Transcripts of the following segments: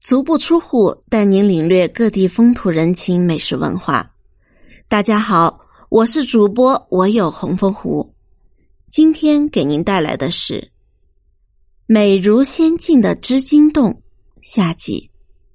足不出户，带您领略各地风土人情、美食文化。大家好，我是主播我有红枫湖。今天给您带来的是美如仙境的织金洞下集。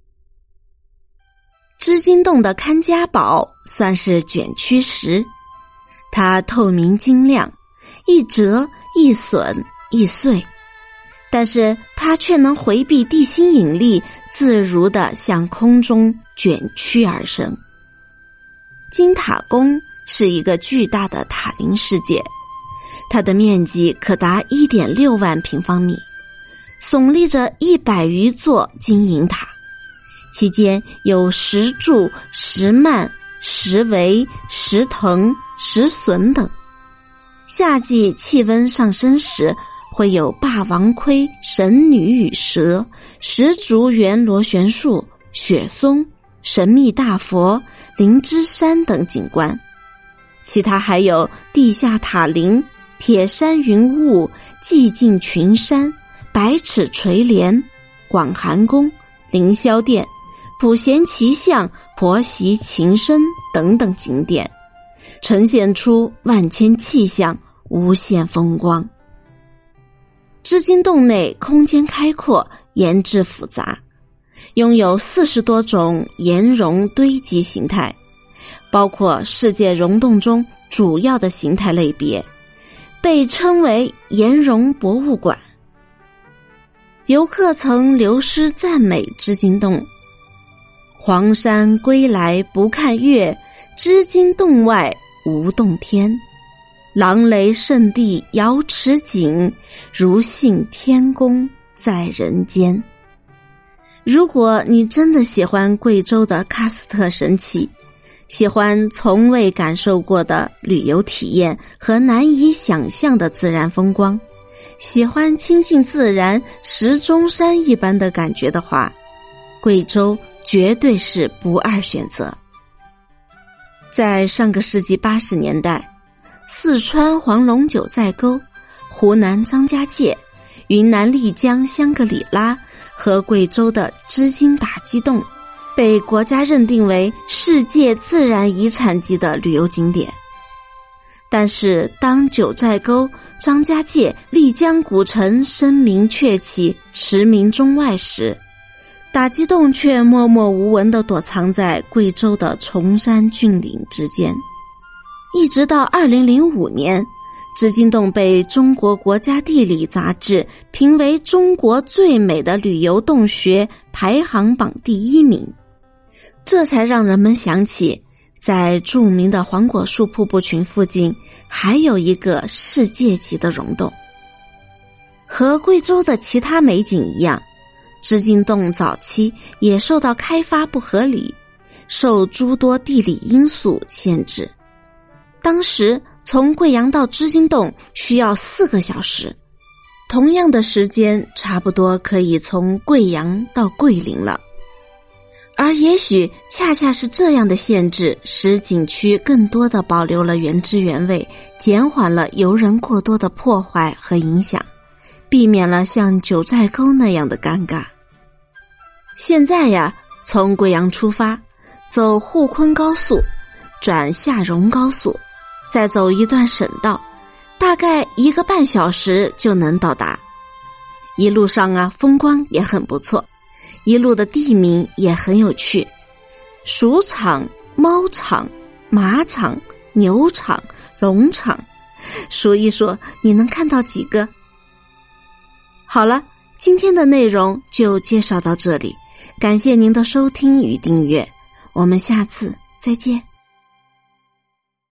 织金洞的看家宝算是卷曲石，它透明晶亮，一折一损一碎，但是它却能回避地心引力，自如地向空中卷曲而生。金塔宫是一个巨大的塔林世界，它的面积可达 1.6 万平方米，耸立着100余座金银塔，其间有石柱、石幔、石围、石藤、石笋等。夏季气温上升时，会有霸王盔、神女与蛇、石竹园螺旋树、雪松、神秘大佛、灵芝山等景观。其他还有地下塔林、铁山云雾、寂静群山、百尺垂帘、广寒宫、凌霄殿、普贤奇像、婆媳情深等等景点，呈现出万千气象，无限风光。织金洞内空间开阔，岩质复杂，拥有40多种岩溶堆积形态，包括世界溶洞中主要的形态类别，被称为岩溶博物馆。游客曾留诗赞美织金洞：黄山归来不看月，织金洞外无洞天。狼雷圣地瑶池井，如信天宫在人间。如果你真的喜欢贵州的喀斯特神奇，喜欢从未感受过的旅游体验和难以想象的自然风光，喜欢亲近自然石钟山一般的感觉的话，贵州绝对是不二选择。在上个世纪80年代，四川黄龙九寨沟、湖南张家界、云南丽江香格里拉和贵州的织金打击洞被国家认定为世界自然遗产级的旅游景点。但是当九寨沟、张家界、丽江古城声名鹊起，驰名中外时，打击洞却默默无闻地躲藏在贵州的崇山峻岭之间。一直到2005年，织金洞被中国国家地理杂志评为中国最美的旅游洞穴排行榜第1名，这才让人们想起在著名的黄果树瀑布群附近还有一个世界级的溶洞。和贵州的其他美景一样，织金洞早期也受到开发不合理，受诸多地理因素限制。当时从贵阳到织金洞需要4个小时，同样的时间差不多可以从贵阳到桂林了。而也许恰恰是这样的限制，使景区更多地保留了原汁原味，减缓了游人过多的破坏和影响，避免了像九寨沟那样的尴尬。现在呀，从贵阳出发，走沪昆高速，转下荣高速，再走一段省道，大概1个半小时就能到达。一路上啊，风光也很不错，一路的地名也很有趣，鼠场、猫场、马场、牛场、龙场，数一数你能看到几个？好了，今天的内容就介绍到这里，感谢您的收听与订阅，我们下次再见。